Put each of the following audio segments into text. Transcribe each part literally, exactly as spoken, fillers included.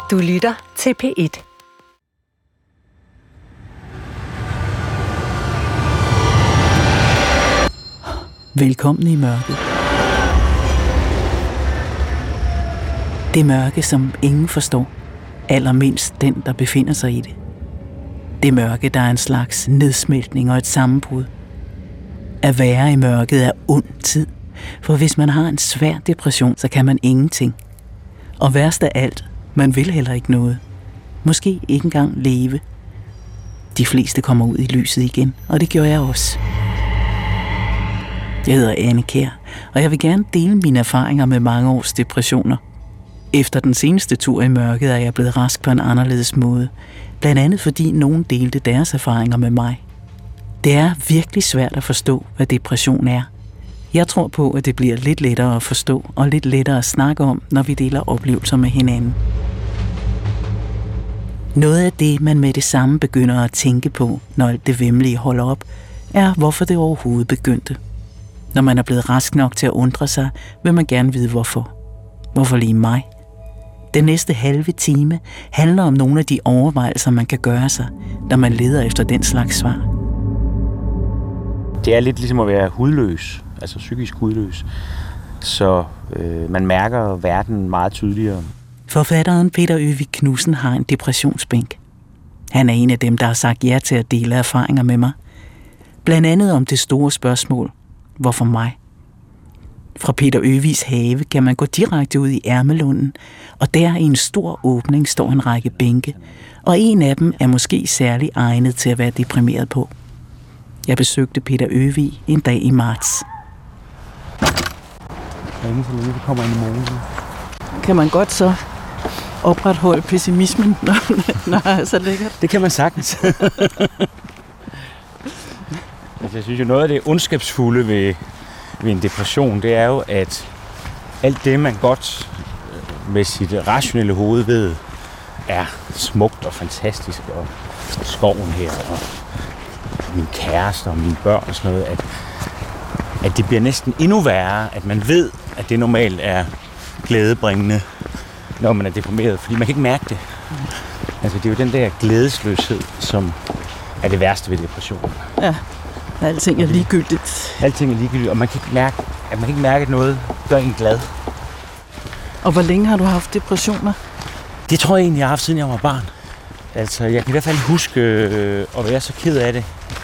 Du lytter til P et. Velkommen i mørket. Det mørke, som ingen forstår, allermindst den, der befinder sig i det. Det mørke, der er en slags nedsmeltning og et sammenbrud. At være i mørket er ond tid, for hvis man har en svær depression, så kan man ingenting. Og værst af alt, man vil heller ikke noget. Måske ikke engang leve. De fleste kommer ud i lyset igen, og det gjorde jeg også. Jeg hedder Anne Kjær, og jeg vil gerne dele mine erfaringer med mange års depressioner. Efter den seneste tur i mørket er jeg blevet rask på en anderledes måde, blandt andet fordi nogen delte deres erfaringer med mig. Det er virkelig svært at forstå, hvad depression er. Jeg tror på, at det bliver lidt lettere at forstå og lidt lettere at snakke om, når vi deler oplevelser med hinanden. Noget af det, man med det samme begynder at tænke på, når alt det væmmelige holder op, er, hvorfor det overhovedet begyndte. Når man er blevet rask nok til at undre sig, vil man gerne vide hvorfor. Hvorfor lige mig? Den næste halve time handler om nogle af de overvejelser, man kan gøre sig, når man leder efter den slags svar. Det er lidt ligesom at være hudløs, altså psykisk hudløs. Så øh, man mærker verden meget tydeligere. Forfatteren Peter Øvig Knudsen har en depressionsbænk. Han er en af dem, der har sagt ja til at dele erfaringer med mig. Blandt andet om det store spørgsmål, hvorfor mig? Fra Peter Øvigs have kan man gå direkte ud i Ærmelunden, og der i en stor åbning står en række bænke, og en af dem er måske særlig egnet til at være deprimeret på. Jeg besøgte Peter Øvig en dag i marts. Ingen så længe vi kommer ind i morgen. Kan man godt så opretholde pessimismen, når, når det er så lækkert? Det kan man sagtens. Altså, jeg synes jo, noget af det ondskabsfulde ved, ved en depression, det er jo, at alt det, man godt med sit rationelle hoved ved, er smukt og fantastisk, og skoven her, og min kæreste og mine børn og sådan noget, at, at det bliver næsten endnu værre, at man ved, at det normalt er glædebringende, når man er deprimeret, fordi man kan ikke mærke det. Altså, det er jo den der glædesløshed, som er det værste ved depressionen. Ja. Alting er ligegyldigt. Alting er ligegyldigt, og man kan ikke mærke, at man kan ikke mærke, at noget gør en glad. Og hvor længe har du haft depressioner? Det tror jeg egentlig, jeg har haft, siden jeg var barn. Altså, jeg kan i hvert fald huske øh, at være så ked af det.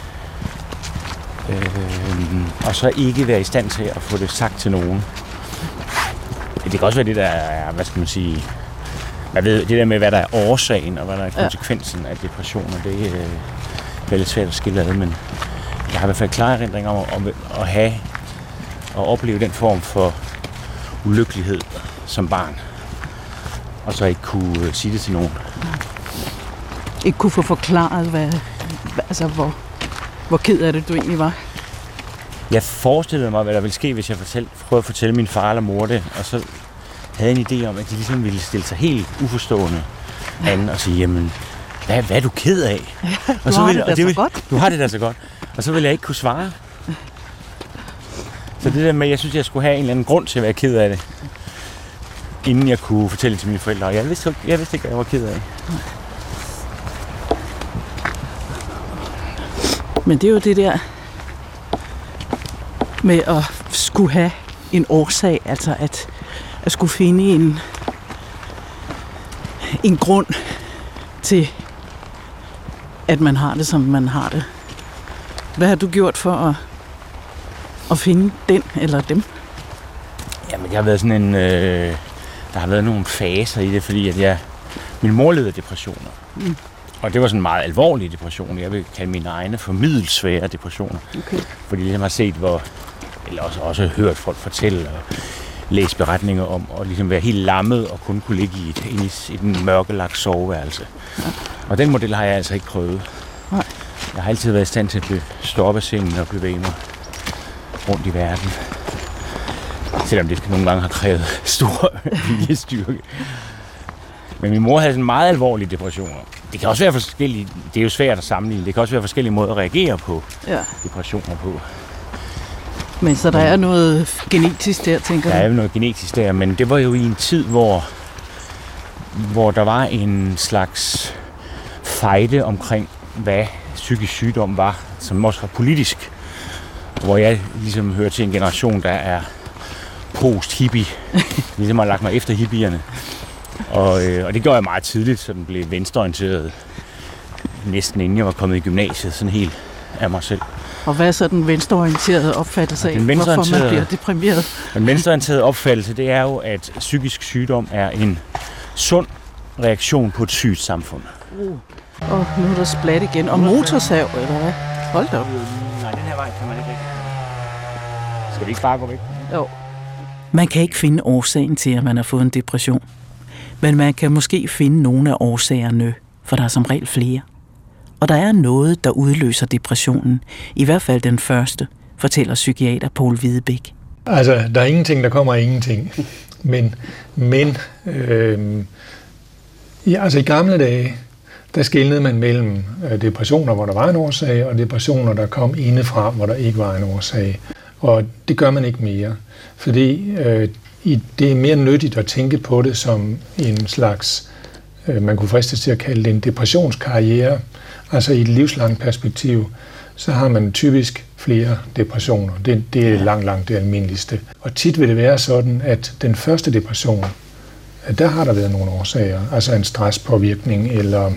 Øh, og så ikke være i stand til at få det sagt til nogen. Det kan også være det, der er, hvad skal man sige, man ved, det der med, hvad der er årsagen, og hvad der er konsekvensen ja. af depressioner, det øh, er lidt svært at skille ad, men jeg har i hvert fald klare erindringer om at, at have og opleve den form for ulykkelighed som barn, og så ikke kunne sige det til nogen. Ikke kunne få forklaret, hvad, altså, hvor, hvor ked af det du egentlig var? Jeg forestillede mig, hvad der ville ske, hvis jeg fortalte, prøvede at fortælle min far eller mor det, og så havde jeg en idé om, at de ligesom ville stille sig helt uforstående an og sige, jamen, hvad, hvad er du ked af? Ja, du og så har ville, det da og det så ville, godt. Du har det da så godt. Og så ville jeg ikke kunne svare. Så det der med, jeg synes, jeg skulle have en eller anden grund til at være ked af det, inden jeg kunne fortælle det til mine forældre. Og jeg vidste, jeg vidste ikke, hvad jeg var ked af. Men det er jo det der med at skulle have en årsag, altså at, at skulle finde en, en grund til, at man har det, som man har det. Hvad har du gjort for at, at finde den eller dem? Jamen, det har været sådan en... Øh, der har været nogle faser i det, fordi at jeg... Min mor led af depressioner. Mm. Og det var sådan en meget alvorlig depression. Jeg vil kalde mine egne for middelsvære depressioner. Okay. Fordi jeg ligesom har set, hvor... Eller også, også hørt folk fortælle og læse beretninger om, og ligesom være helt lammet og kun kunne ligge i et, i et mørkelagt soveværelse. Ja. Og den model har jeg altså ikke prøvet. Nej. Jeg har altid været i stand til at stå op af sengen og bevæge mig rundt i verden. Selvom det nogle gange har krævet stor viljestyrke. Men min mor havde sådan meget alvorlige depressioner. Det kan også være forskellige, det er jo svært at sammenligne, det kan også være forskellige måder at reagere på ja. depressioner på. Men så der men, er noget genetisk der, tænker der du? Der er noget genetisk der, men det var jo i en tid, hvor, hvor der var en slags fejde omkring, hvad psykisk sygdom var, som også var politisk. Hvor jeg ligesom hører til en generation, der er post-hippie. Ligesom har lagt mig efter hippierne. Og, øh, og det gjorde jeg meget tidligt, så den blev venstreorienteret næsten inden jeg var kommet i gymnasiet, sådan helt af mig selv. Og hvad er så den venstreorienterede opfattelse af, hvorfor man bliver deprimeret? Den venstreorienterede opfattelse, det er jo, at psykisk sygdom er en sund reaktion på et sygt samfund. Uh. Og nu er der splat igen. Og motorsav, eller hvad? Hold da op. Nej, den her vej kan man ikke rigtig. Skal vi ikke bare gå væk? Jo. Man kan ikke finde årsagen til, at man har fået en depression. Men man kan måske finde nogle af årsagerne, for der er som regel flere. Og der er noget, der udløser depressionen. I hvert fald den første, fortæller psykiater Poul Hvidebæk. Altså, der er ingenting, der kommer af ingenting. Men, men øh, ja, altså i gamle dage, der skelnede man mellem depressioner, hvor der var en årsag, og depressioner, der kom indefra, hvor der ikke var en årsag. Og det gør man ikke mere, fordi øh, det er mere nyttigt at tænke på det som en slags, øh, man kunne fristes til at kalde det en depressionskarriere. Altså i et livslangt perspektiv, så har man typisk flere depressioner. Det, det er langt, langt det almindeligste. Og tit vil det være sådan, at den første depression, der har der været nogle årsager, altså en stresspåvirkning, eller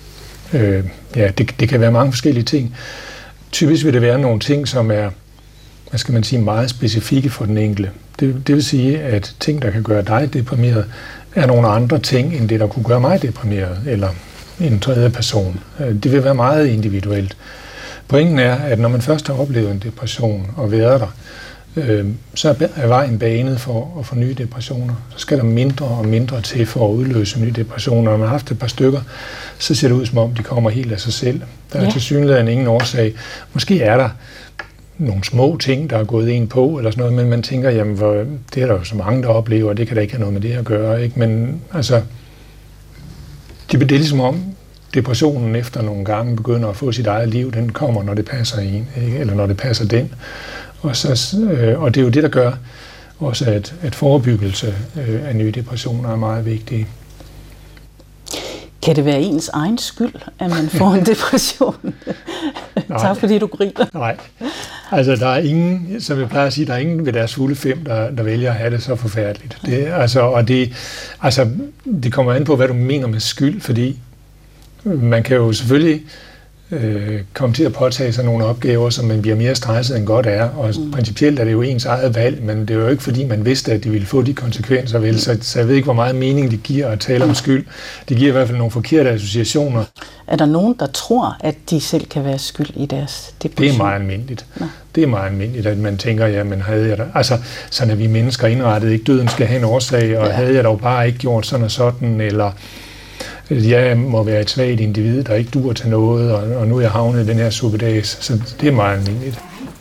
øh, ja, det, det kan være mange forskellige ting. Typisk vil det være nogle ting, som er, hvad skal man sige, meget specifikke for den enkelte. Det, det vil sige, at ting, der kan gøre dig deprimeret, er nogle andre ting, end det, der kunne gøre mig deprimeret, eller en tredje person. Det vil være meget individuelt. Pointen er, at når man først har oplevet en depression og været der, øh, så er vejen banet for at få nye depressioner. Så skal der mindre og mindre til for at udløse nye depressioner. Når man har haft et par stykker, så ser det ud som om, de kommer helt af sig selv. Der er ja. tilsyneladende ingen årsag. Måske er der nogle små ting, der er gået ind på, eller sådan noget, men man tænker, jamen, hvor, det er der jo så mange, der oplever, og det kan da ikke have noget med det at gøre. Ikke? Men altså, det er ligesom om, depressionen efter nogle gange begynder at få sit eget liv, den kommer, når det passer en, ikke? Eller når det passer den. Og, så, øh, og det er jo det, der gør også, at, at forebyggelse øh, af nye depressioner er meget vigtige. Kan det være ens egen skyld, at man får en depression? Tak fordi du griner. Nej, altså der er ingen, som jeg plejer at sige, der er ingen ved deres fulde fem, der, der vælger at have det så forfærdeligt. Det, altså, og det, altså, det kommer an på, hvad du mener med skyld, fordi man kan jo selvfølgelig øh, komme til at påtage sig nogle opgaver, som man bliver mere stresset end godt er, og mm. principielt er det jo ens eget valg, men det er jo ikke fordi, man vidste, at de ville få de konsekvenser, vel? Så, så jeg ved ikke, hvor meget mening det giver at tale om skyld. Det giver i hvert fald nogle forkerte associationer. Er der nogen, der tror, at de selv kan være skyld i deres depression? Det er meget almindeligt. Ja. Det er meget almindeligt, at man tænker, ja, men havde jeg da... Altså, sådan er vi mennesker indrettet, ikke? Døden skal have en årsag, og ja. havde jeg dog bare ikke gjort sådan og sådan, eller... Jeg må være et svagt individ, der ikke duer til noget, og, og nu er jeg havnet i den her suppedags, så det er meget almindeligt.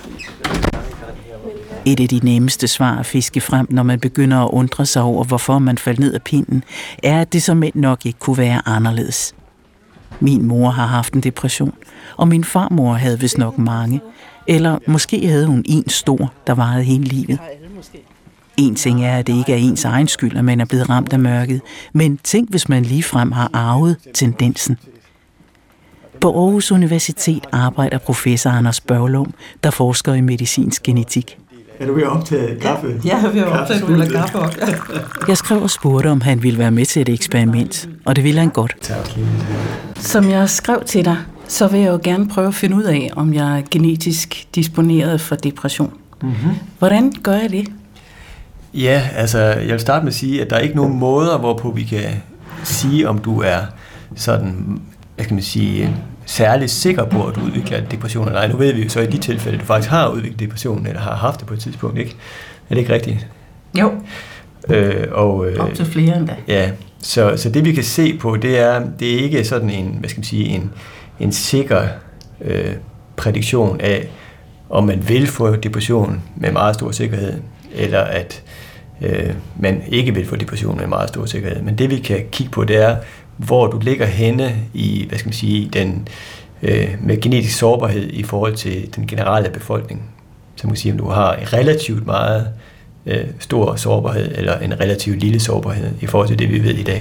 Et af de nemmeste svar at fiske frem, når man begynder at undre sig over, hvorfor man faldt ned af pinden, er, at det som nok ikke kunne være anderledes. Min mor har haft en depression, og min farmor havde vist nok mange. Eller måske havde hun en stor, der varede hele livet. En ting er, at det ikke er ens egen skyld, at man er blevet ramt af mørket, men tænk, hvis man ligefrem har arvet tendensen. På Aarhus Universitet arbejder professor Anders Børglum, der forsker i medicinsk genetik. Er du ved at optage kaffe? Ja, jeg er ved at optage nogle kaffe. Jeg skrev og spurgte, om han ville være med til et eksperiment, og det ville han godt. Som jeg skrev til dig, så vil jeg jo gerne prøve at finde ud af, om jeg er genetisk disponeret for depression. Mm-hmm. Hvordan gør jeg det? Ja, altså jeg vil starte med at sige, at der er ikke nogen måder, hvorpå vi kan sige, om du er sådan, hvad kan man sige, særligt sikker på, at du udvikler depression eller ej. Nu ved vi jo så i de tilfælde, at du faktisk har udviklet depression, eller har haft det på et tidspunkt, ikke? Er det ikke rigtigt? Jo. Øh, og, øh, Op til flere endda. Ja, så, så det vi kan se på, det er, det er ikke sådan en, hvad skal man sige, en, en sikker øh, prædiktion af, om man vil få depression med meget stor sikkerhed, eller at øh, man ikke vil få depression med meget stor sikkerhed. Men det vi kan kigge på, det er, hvor du ligger henne i, hvad skal man sige, den, øh, med genetisk sårbarhed i forhold til den generelle befolkning. Så man kan sige, om du har en relativt meget øh, stor sårbarhed, eller en relativt lille sårbarhed i forhold til det, vi ved i dag.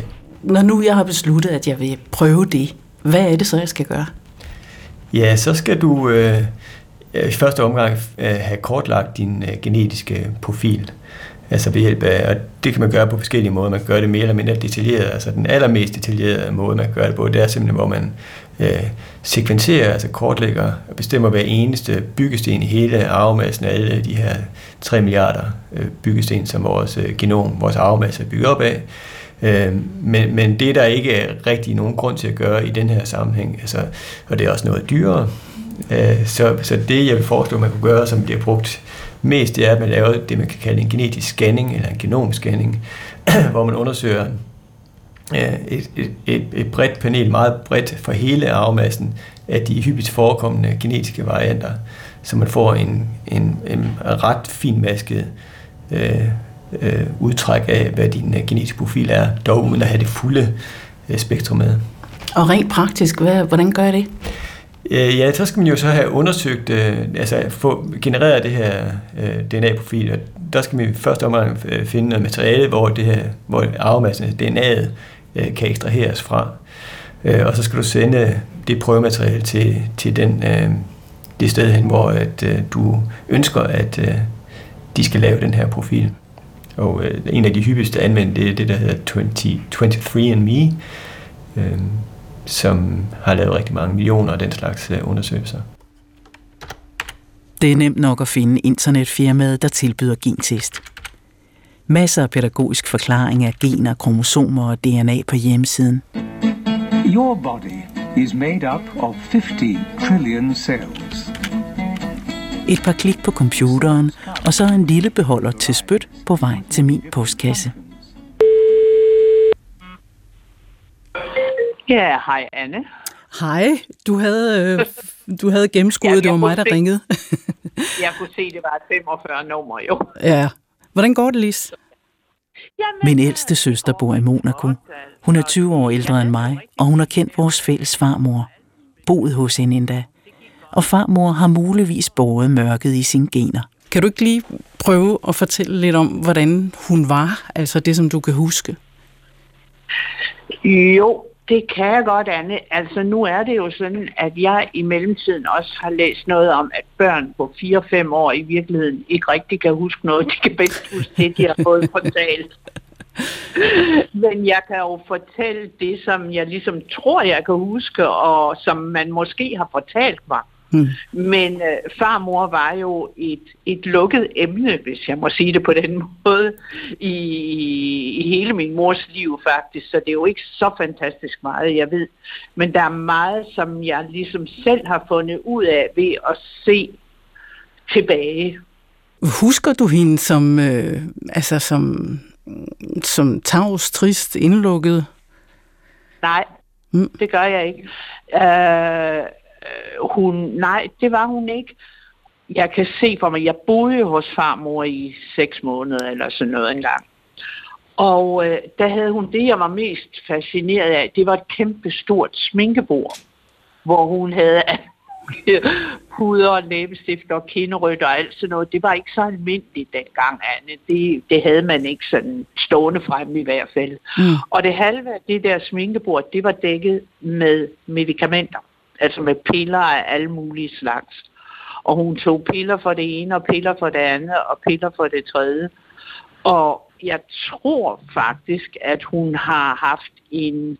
når nu jeg har besluttet, at jeg vil prøve det, hvad er det så, jeg skal gøre? Ja, så skal du øh, i første omgang øh, have kortlagt din øh, genetiske profil. Altså ved hjælp af, og det kan man gøre på forskellige måder. Man kan gøre det mere eller mindre detaljeret. Altså den allermest detaljerede måde, man kan gøre det på, det er simpelthen, hvor man øh, sekventerer, altså kortlægger og bestemmer hver eneste byggesten i hele arvemassen af alle de her tre milliarder øh, byggesten, som vores øh, genom, vores arvemasse er bygget op af. Øh, men, men det er der ikke rigtig nogen grund til at gøre i den her sammenhæng, altså, og det er også noget dyrere. Øh, så, så det, jeg vil foreslå, man kunne gøre, som bliver brugt mest, det er, at man laver det, man kan kalde en genetisk scanning, eller en genomscanning, hvor man undersøger et, et, et, et bredt panel, meget bredt for hele arvemassen af de hyppigt forekommende genetiske varianter, så man får en, en, en ret finmasket øh, øh, udtræk af, hvad din øh, genetiske profil er, dog uden at have det fulde øh, spektrum med. Og rent praktisk, hvad, hvordan gør jeg det? Ja, så skal man jo så have undersøgt, øh, altså få genereret det her øh, D N A-profil, og der skal man først omgang finde noget materiale, hvor det her, hvor arvemassen, D N A'et, øh, kan ekstraheres fra. Øh, og så skal du sende det prøvemateriale til, til den, øh, det sted hen, hvor at, øh, du ønsker, at øh, de skal lave den her profil. Og øh, en af de hyppigste anvendte, det er det, der hedder twenty-three and me, øh, som har lavet rigtig mange millioner af den slags undersøgelser. Det er nemt nok at finde internetfirmaet, der tilbyder gentest. Masser af pædagogisk forklaring af gener, kromosomer og D N A på hjemmesiden. Your body is made up of fifty trillion cells. Et par klik på computeren, og så en lille beholder til spyt på vej til min postkasse. Ja, hej Anne. Hej, du havde, øh, du havde gennemskuet, ja, det var mig, der se, ringede. Jeg kunne se, det var femogfyrre nummer jo. Ja, hvordan går det, Lis? Min ældste søster bor i Monaco. Hun er tyve år ældre end mig, og hun har kendt vores fælles farmor. Boet hos hende endda. Og farmor har muligvis båret mørket i sine gener. Kan du ikke lige prøve at fortælle lidt om, hvordan hun var? Altså det, som du kan huske? Jo, det kan jeg godt, Anne. Altså nu er det jo sådan, at jeg i mellemtiden også har læst noget om, at børn på fire fem år i virkeligheden ikke rigtig kan huske noget. De kan bedst huske det, de har fået fortalt. Men jeg kan jo fortælle det, som jeg ligesom tror, jeg kan huske, og som man måske har fortalt mig. Mm. Men øh, farmor var jo et, et lukket emne, hvis jeg må sige det på den måde, i, i hele min mors liv faktisk. Så det er jo ikke så fantastisk meget, jeg ved. Men der er meget, som jeg ligesom selv har fundet ud af ved at se tilbage. Husker du hende som, øh, altså som, som tavs, trist, indlukket? Nej, mm. det gør jeg ikke. Øh, Hun, nej, det var hun ikke. Jeg kan se for mig, jeg boede hos farmor i seks måneder eller sådan noget engang. Og øh, der havde hun det, jeg var mest fascineret af. Det var et kæmpe stort sminkebord, hvor hun havde puder, læbestifter og kinderødt og alt sådan noget. Det var ikke så almindeligt dengang, Anne. Det, det havde man ikke sådan stående fremme i hvert fald. Mm. Og det halve af det der sminkebord, det var dækket med medicamenter. Altså med piller af alle mulige slags. Og hun tog piller for det ene, og piller for det andet, og piller for det tredje. Og jeg tror faktisk, at hun har haft en...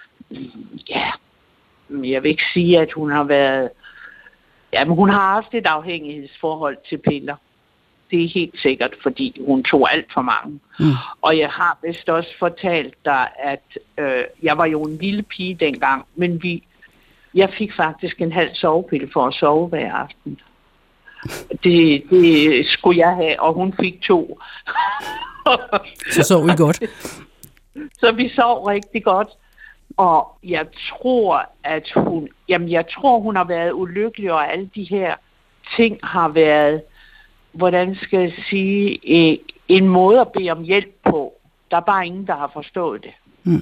Ja, jeg vil ikke sige, at hun har været... Jamen, hun har haft et afhængighedsforhold til piller. Det er helt sikkert, fordi hun tog alt for mange. Mm. Og jeg har vist også fortalt dig, at øh, jeg var jo en lille pige dengang, men vi... Jeg fik faktisk en halv sovepille for at sove hver aften. Det, det skulle jeg have, og hun fik to. Så sov I godt? Så vi sov rigtig godt. Og jeg tror, at hun, jamen jeg tror, hun har været ulykkelig, og alle de her ting har været, hvordan skal jeg sige, en måde at bede om hjælp på. Der er bare ingen, der har forstået det. Mm.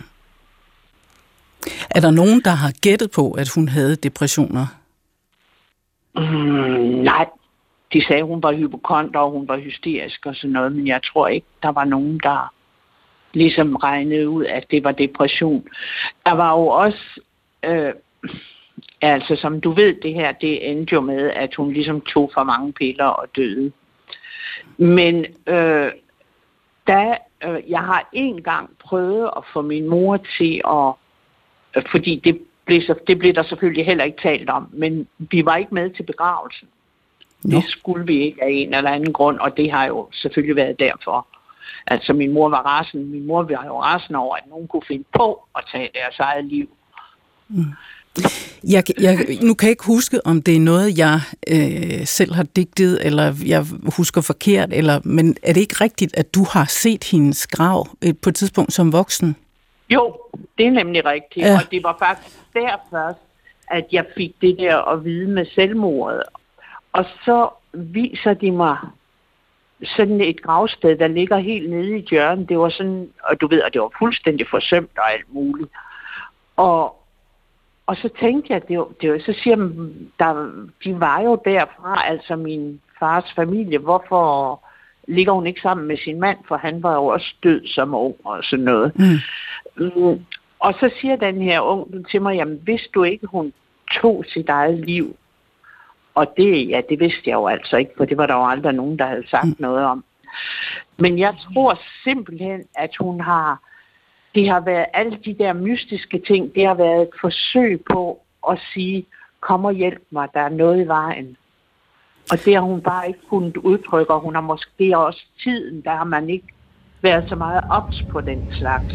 Er der nogen, der har gættet på, at hun havde depressioner? Mm, nej. De sagde, at hun var hypokonder, og hun var hysterisk og sådan noget, men jeg tror ikke, der var nogen, der ligesom regnede ud, at det var depression. Der var jo også, øh, altså som du ved, det her, det endte jo med, at hun ligesom tog for mange piller og døde. Men øh, da, øh, jeg har en gang prøvet at få min mor til at, øh, fordi det blev, så, det blev der selvfølgelig heller ikke talt om, men vi var ikke med til begravelsen. Det skulle vi ikke af en eller anden grund, og det har jo selvfølgelig været derfor. Altså min mor var rasende, min mor var jo rasende over, at nogen kunne finde på at tage deres eget liv. Mm. Jeg, jeg, nu kan jeg ikke huske, om det er noget, jeg øh, selv har digtet, eller jeg husker forkert, eller, men er det ikke rigtigt, at du har set hendes grav på et tidspunkt som voksen? Jo, det er nemlig rigtigt, ja. Og det var faktisk der først, at jeg fik det der at vide med selvmordet. Og så viser de mig sådan et gravsted, der ligger helt nede i hjørnet. Det var sådan, og du ved, at det var fuldstændig forsømt og alt muligt. Og, og så tænkte jeg, det var, det var, så siger man, der, de var jo derfra, altså min fars familie, hvorfor ligger hun ikke sammen med sin mand, for han var jo også død som ung og sådan noget. Mm. Mm, og så siger den her onkel til mig, jamen vidste du ikke, hun tog sit eget liv? Og det, ja, det vidste jeg jo altså ikke, for det var der jo aldrig nogen, der havde sagt mm. noget om. Men jeg tror simpelthen, at hun har, det har været alle de der mystiske ting, det har været et forsøg på at sige, kom og hjælp mig, der er noget i vejen. Og det har hun bare ikke kunnet udtrykke, og hun har måske også tiden, der har man ikke været så meget ops på den slags.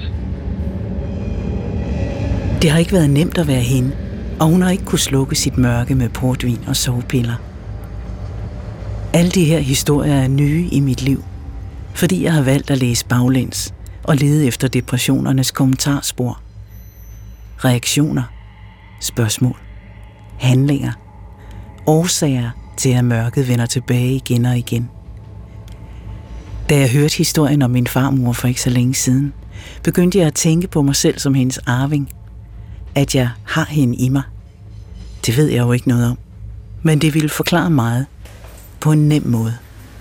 Det har ikke været nemt at være hende, og hun har ikke kunne slukke sit mørke med portvin og sovepiller. Alle de her historier er nye i mit liv, fordi jeg har valgt at læse baglæns og lede efter depressionernes kommentarspor. Reaktioner, spørgsmål, handlinger, årsager til at mørket vender tilbage igen og igen. Da jeg hørte historien om min farmor for ikke så længe siden, begyndte jeg at tænke på mig selv som hendes arving. At jeg har hende i mig. Det ved jeg jo ikke noget om. Men det ville forklare meget på en nem måde.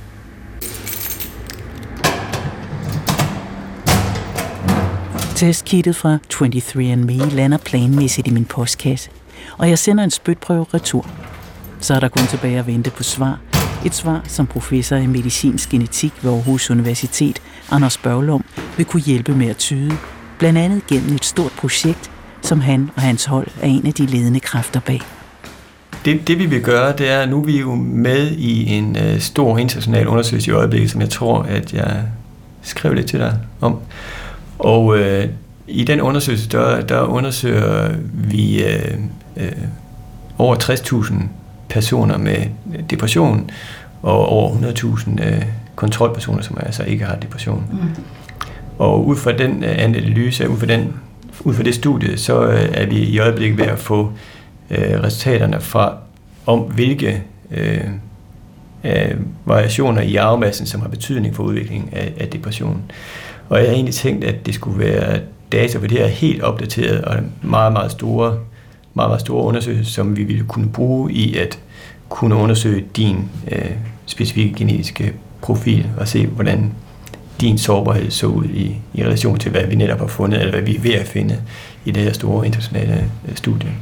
Testkittet fra twenty-three and me lander planmæssigt i min postkasse, og jeg sender en spytprøve retur. Så er der kun tilbage at vente på svar. Et svar, som professor i medicinsk genetik ved Aarhus Universitet, Anders Børglum, vil kunne hjælpe med at tyde, blandt andet gennem et stort projekt, som han og hans hold er en af de ledende kræfter bag. Det, det vi vil gøre, det er, nu er vi jo med i en uh, stor international undersøgelse i øjeblikket, som jeg tror, at jeg skrev lidt til dig om. Og uh, i den undersøgelse, der, der undersøger vi uh, uh, over tres tusind personer med depression, og over hundrede tusind uh, kontrolpersoner, som altså ikke har depression. Mm. Og ud fra den uh, analyse, ud fra den Ud fra det studie, så øh, er vi i øjeblikket ved at få øh, resultaterne fra, om hvilke øh, øh, variationer i arvemassen, som har betydning for udviklingen af, af depression. Og jeg har egentlig tænkt, at det skulle være data, for det her er helt opdateret og meget, meget store, meget, meget store undersøgelser, som vi ville kunne bruge i at kunne undersøge din øh, specifikke genetiske profil og se, hvordan din sårbarhed så ud i, i relation til, hvad vi netop har fundet, eller hvad vi er ved at finde i det her store internationale studie.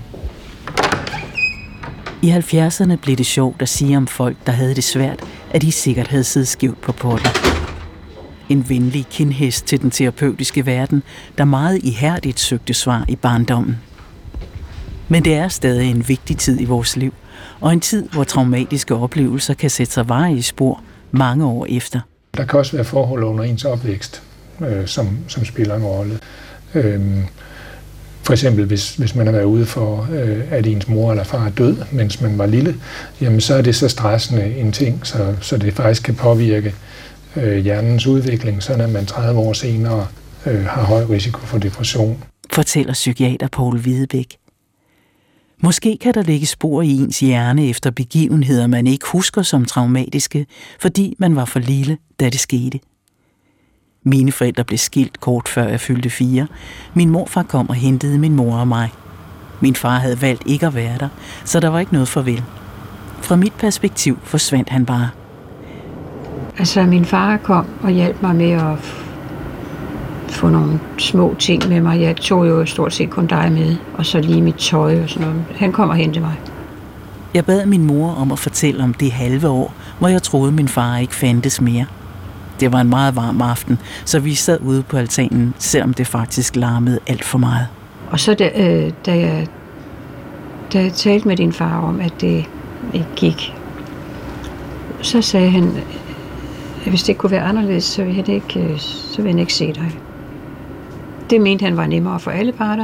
I halvfjerdserne blev det sjovt at sige om folk, der havde det svært, at de sikkert havde siddet skævt på potten. En venlig kindhest til den terapeutiske verden, der meget ihærdigt søgte svar i barndommen. Men det er stadig en vigtig tid i vores liv, og en tid, hvor traumatiske oplevelser kan sætte sig varige spor mange år efter. Der kan også være forhold under ens opvækst, øh, som, som spiller en rolle. Øhm, for eksempel, hvis, hvis man har været ude for, øh, at ens mor eller far er død, mens man var lille, jamen så er det så stressende en ting, så, så det faktisk kan påvirke øh, hjernens udvikling, sådan at man tredive år senere øh, har høj risiko for depression. Fortæller psykiater Poul Hvidebæk. Måske kan der ligge spor i ens hjerne efter begivenheder, man ikke husker som traumatiske, fordi man var for lille, da det skete. Mine forældre blev skilt kort før jeg fyldte fire. Min morfar kom og hentede min mor og mig. Min far havde valgt ikke at være der, så der var ikke noget farvel. Fra mit perspektiv forsvandt han bare. Altså min far kom og hjalp mig med at få nogle små ting med mig. Jeg tog jo stort set kun dig med, og så lige mit tøj og sådan noget. Han kom og hentede mig. Jeg bad min mor om at fortælle om det halve år, hvor jeg troede, min far ikke fandtes mere. Det var en meget varm aften, så vi sad ude på altanen, selvom det faktisk larmede alt for meget. Og så da, øh, da, jeg, da jeg talte med din far om, at det ikke gik, så sagde han, at hvis det kunne være anderledes, så ville han ikke, så ville han ikke se dig. Det mente han var nemmere for alle parter.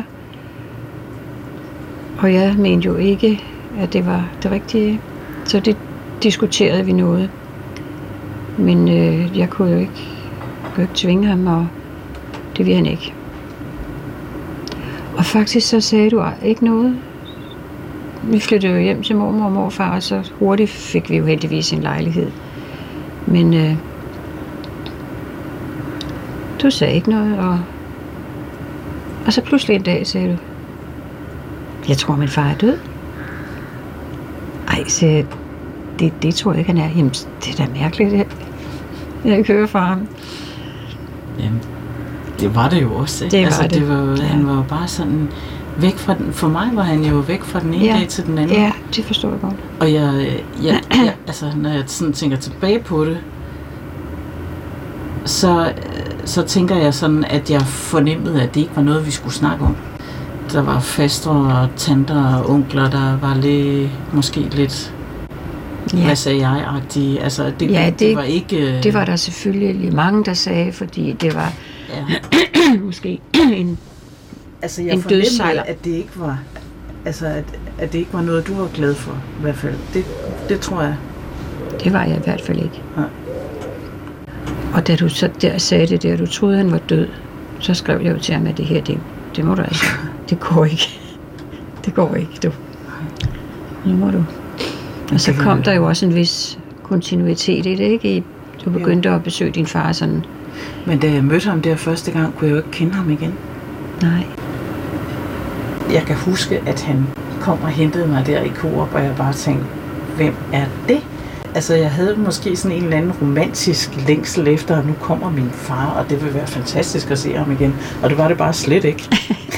Og jeg mente jo ikke, at det var det rigtige. Så det diskuterede vi noget. Men øh, jeg kunne jo ikke, kunne ikke tvinge ham, og det ville han ikke. Og faktisk så sagde du ikke noget. Vi flyttede jo hjem til mormor og morfar, og så hurtigt fik vi jo heldigvis en lejlighed. Men øh, du sagde ikke noget, og, og så pludselig en dag sagde du, jeg tror min far er død. Ej, så det, det tror jeg ikke, han er. Jamen, det er da mærkeligt, det. Jeg ikke hører fra ham. Jamen, det var det jo også, ikke? Det var altså, det. det var, Ja. Han var jo bare sådan væk fra den. For mig var han jo væk fra den ene Ja. dag til den anden. Ja, det forstår jeg godt. Og jeg, jeg, jeg, altså, når jeg sådan tænker tilbage på det, så, så tænker jeg sådan, at jeg fornemmede, at det ikke var noget, vi skulle snakke om. Der var fastre og tanter og onkler, der var lidt, måske lidt, Ja. hvad sagde jeg-agtige. Altså, det, Ja, det, det- det var ikke... Det var der selvfølgelig mange, der sagde, fordi det var Ja. måske en... Altså, En jeg fornemmede, dødssejler. at det ikke var, altså, at, at det ikke var noget, du var glad for, i hvert fald. Det, det tror jeg. Det var jeg i hvert fald ikke. Nej. Og da du så der sagde det der, du troede, han var død, så skrev jeg jo til ham, at det her, det, det må du altså. Det går ikke. Det går ikke, du. Nu må du. Og så kom der jo også en vis kontinuitet i det, ikke? I- Du begyndte at besøge din far sådan. Men da jeg mødte ham der første gang, kunne jeg jo ikke kende ham igen. Nej. Jeg kan huske, at han kom og hentede mig der i Coop, og jeg bare tænkte, hvem er det? Altså, jeg havde måske sådan en eller anden romantisk længsel efter, at nu kommer min far, og det vil være fantastisk at se ham igen. Og det var det bare slet ikke.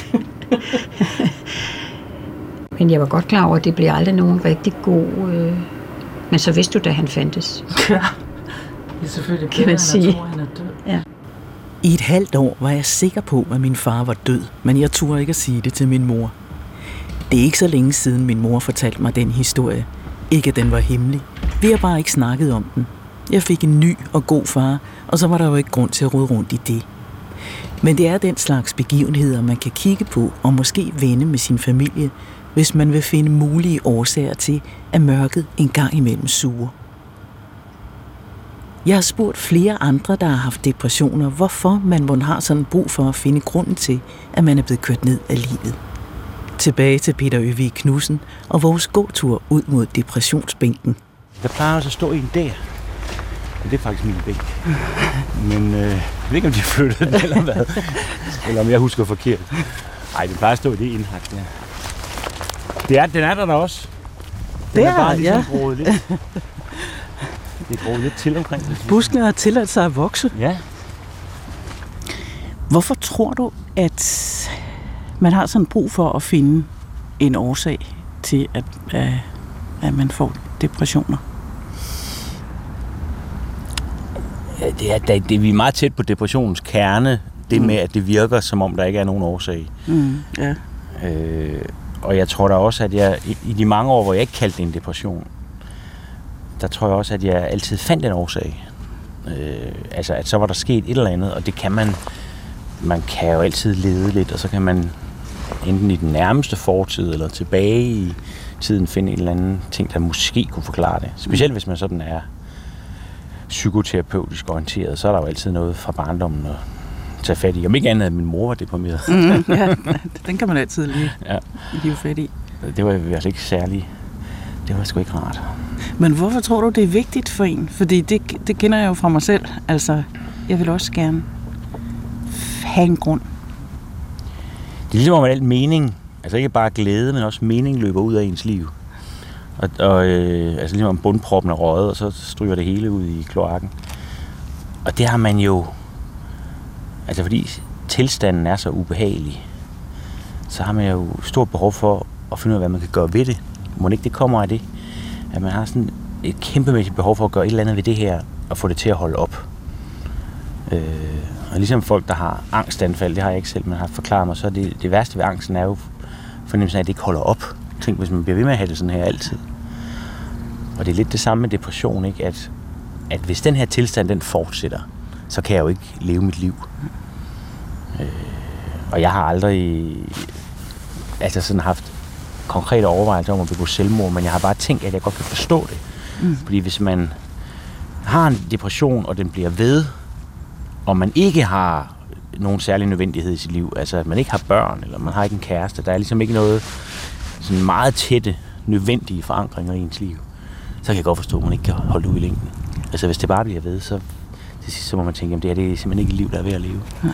Men jeg var godt klar over, at det blev aldrig nogen rigtig god... Øh... Men så vidste du, da han fandtes. Ja, det er selvfølgelig Kan man bedre, sige. end at tro, at han er død. Ja. I et halvt år var jeg sikker på, at min far var død, men jeg turde ikke at sige det til min mor. Det er ikke så længe siden, min mor fortalte mig den historie. Ikke at den var hemmelig. Vi har bare ikke snakket om den. Jeg fik en ny og god far, og så var der jo ikke grund til at rode rundt i det. Men det er den slags begivenheder, man kan kigge på og måske vende med sin familie, hvis man vil finde mulige årsager til, at mørket en gang imellem suger. Jeg har spurgt flere andre, der har haft depressioner, hvorfor man må have sådan brug for at finde grunden til, at man er blevet kørt ned af livet. Tilbage til Peter Øvig Knudsen og vores gåtur ud mod depressionsbænken. Der plejer også at stå en der. Men det er faktisk min bænk. Men øh, jeg ved ikke, om de har flyttet den eller hvad. Eller om jeg husker forkert. Nej, det plejer at stå i det indhak der. Det er, den er der da også. Den Der, er bare ligesom ja. groet lidt. Det er groet lidt til omkring det. Buskene har tilladt sig at vokse. Ja. Hvorfor tror du, at man har sådan brug for at finde en årsag til, at, at man får depressioner? Ja, det er, det, det, vi er meget tæt på depressionens kerne. Det med, at det virker, som om der ikke er nogen årsag. Mm, ja. Øh, og jeg tror da også, at jeg i, i de mange år, hvor jeg ikke kaldte det en depression, der tror jeg også, at jeg altid fandt en årsag. Øh, altså, at så var der sket et eller andet, og det kan man, man kan jo altid lede lidt, og så kan man enten i den nærmeste fortid, eller tilbage i tiden finde en eller anden ting, der måske kunne forklare det. Specielt hvis man sådan er psykoterapeutisk orienteret, så er der jo altid noget fra barndommen at tage fat i. Om ikke andet, at min mor var deprimeret. Mm, ja, den kan man altid lige Ja. hive fat i. Det var i hvert fald ikke særlig. Det var sgu ikke rart. Men hvorfor tror du, det er vigtigt for en? Fordi det, det kender jeg jo fra mig selv. Altså, jeg vil også gerne have en grund. Det er ligesom om, at alt mening, altså ikke bare glæde, men også mening løber ud af ens liv. Og, og øh, altså ligesom om bundproppen er røget, og så stryger det hele ud i kloakken. Og det har man jo, altså fordi tilstanden er så ubehagelig, så har man jo stort behov for at finde ud af, hvad man kan gøre ved det. Må ikke det kommer af det? At man har sådan et kæmpemæssigt behov for at gøre et eller andet ved det her, og få det til at holde op. Øh, og ligesom folk, der har angstanfald, det har jeg ikke selv, men har forklaret mig, så det, det værste ved angsten er jo fornemmelsen af, at det ikke holder op. Tænk, hvis man bliver ved med at have det sådan her altid. Og det er lidt det samme med depression, ikke? At, at hvis den her tilstand, den fortsætter, så kan jeg jo ikke leve mit liv. Øh, og jeg har aldrig altså sådan haft konkrete overvejelser om at begå selvmord, men jeg har bare tænkt, at jeg godt kan forstå det. Mm. Fordi hvis man har en depression, og den bliver ved, og man ikke har nogen særlig nødvendighed i sit liv, altså at man ikke har børn, eller man har ikke en kæreste, der er ligesom ikke noget sådan meget tætte, nødvendige forankringer i ens liv, så kan jeg godt forstå, at man ikke kan holde ud i længden. Altså hvis det bare bliver ved, så til sidst så må man tænke, at det, her, det er simpelthen ikke et liv, der er ved at leve. Nej.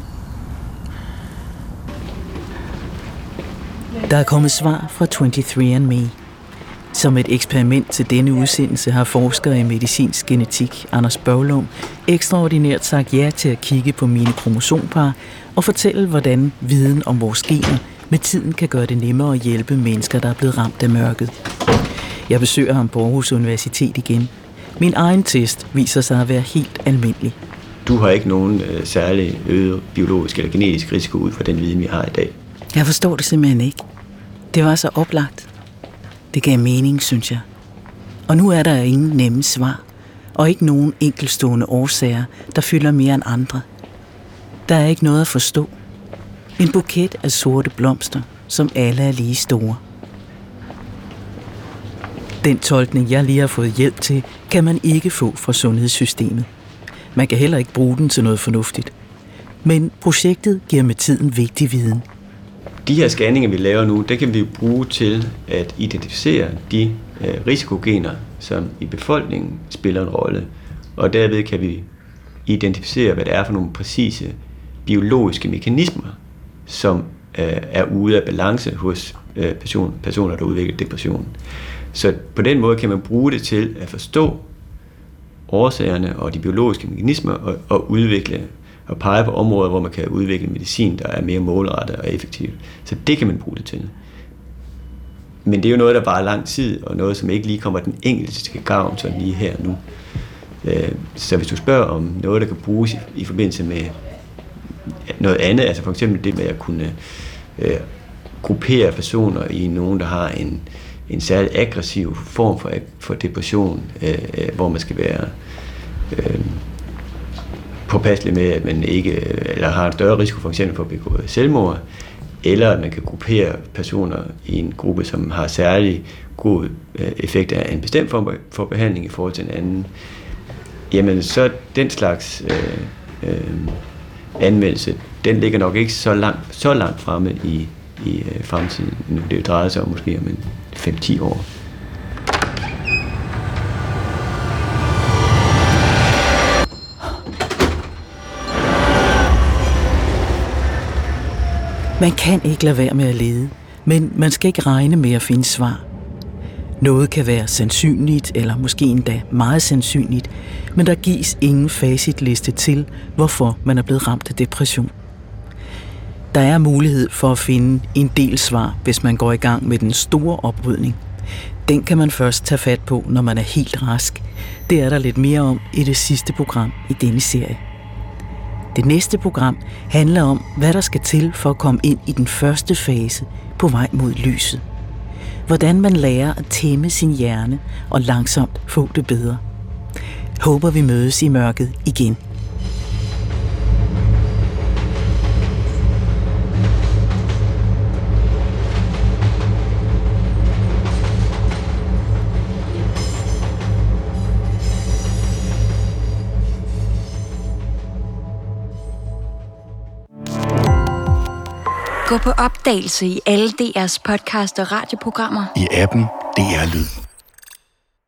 Der er kommet svar fra twenty-three and me. Som et eksperiment til denne udsendelse har forskere i medicinsk genetik, Anders Børglum, ekstraordinært sagt ja til at kigge på mine kromosompar og fortælle, hvordan viden om vores gener med tiden kan gøre det nemmere at hjælpe mennesker, der er blevet ramt af mørket. Jeg besøger ham på Aarhus Universitet igen. Min egen test viser sig at være helt almindelig. Du har ikke nogen øh, særlig øget biologisk eller genetisk risiko ud fra den viden, vi har i dag. Jeg forstår det simpelthen ikke. Det var så oplagt. Det gav mening, synes jeg. Og nu er der ingen nemme svar, og ikke nogen enkeltstående årsager, der fylder mere end andre. Der er ikke noget at forstå. En buket af sorte blomster, som alle er lige store. Den tolkning, jeg lige har fået hjælp til, kan man ikke få fra sundhedssystemet. Man kan heller ikke bruge den til noget fornuftigt. Men projektet giver med tiden vigtig viden. De her scanninger, vi laver nu, det kan vi bruge til at identificere de øh, risikogener, som i befolkningen spiller en rolle. Og derved kan vi identificere, hvad det er for nogle præcise biologiske mekanismer, som øh, er ude af balance hos øh, person, personer, der udvikler depression. Så på den måde kan man bruge det til at forstå årsagerne og de biologiske mekanismer og, og udvikle og pege på områder, hvor man kan udvikle medicin, der er mere målrettet og effektiv. Så det kan man bruge det til. Men det er jo noget, der varer lang tid, og noget, som ikke lige kommer den enkelte til gavn, sådan lige her nu. Så hvis du spørger om noget, der kan bruges i forbindelse med noget andet, altså for eksempel det med at kunne øh, gruppere personer i nogen, der har en, en særlig aggressiv form for, for depression, øh, hvor man skal være øh, påpasselig med, at man ikke eller har en større risiko for eksempel for at begå selvmord, eller at man kan gruppere personer i en gruppe, som har særlig god øh, effekt af en bestemt form for behandling i forhold til en anden. Jamen så den slags øh, øh, anmeldelse, den ligger nok ikke så langt, så langt fremme i, i øh, fremtiden. Nu det drejer sig om måske om en fem til ti år. Man kan ikke lade være med at lede, men man skal ikke regne med at finde svar. Noget kan være sandsynligt, eller måske endda meget sandsynligt, men der gives ingen facitliste til, hvorfor man er blevet ramt af depression. Der er mulighed for at finde en del svar, hvis man går i gang med den store oprydning. Den kan man først tage fat på, når man er helt rask. Det er der lidt mere om i det sidste program i denne serie. Det næste program handler om, hvad der skal til for at komme ind i den første fase på vej mod lyset. Hvordan man lærer at tæmme sin hjerne og langsomt få det bedre. Håber vi mødes i mørket igen. Gå på opdagelse i alle D R's podcast og radioprogrammer. I appen D R Lyd.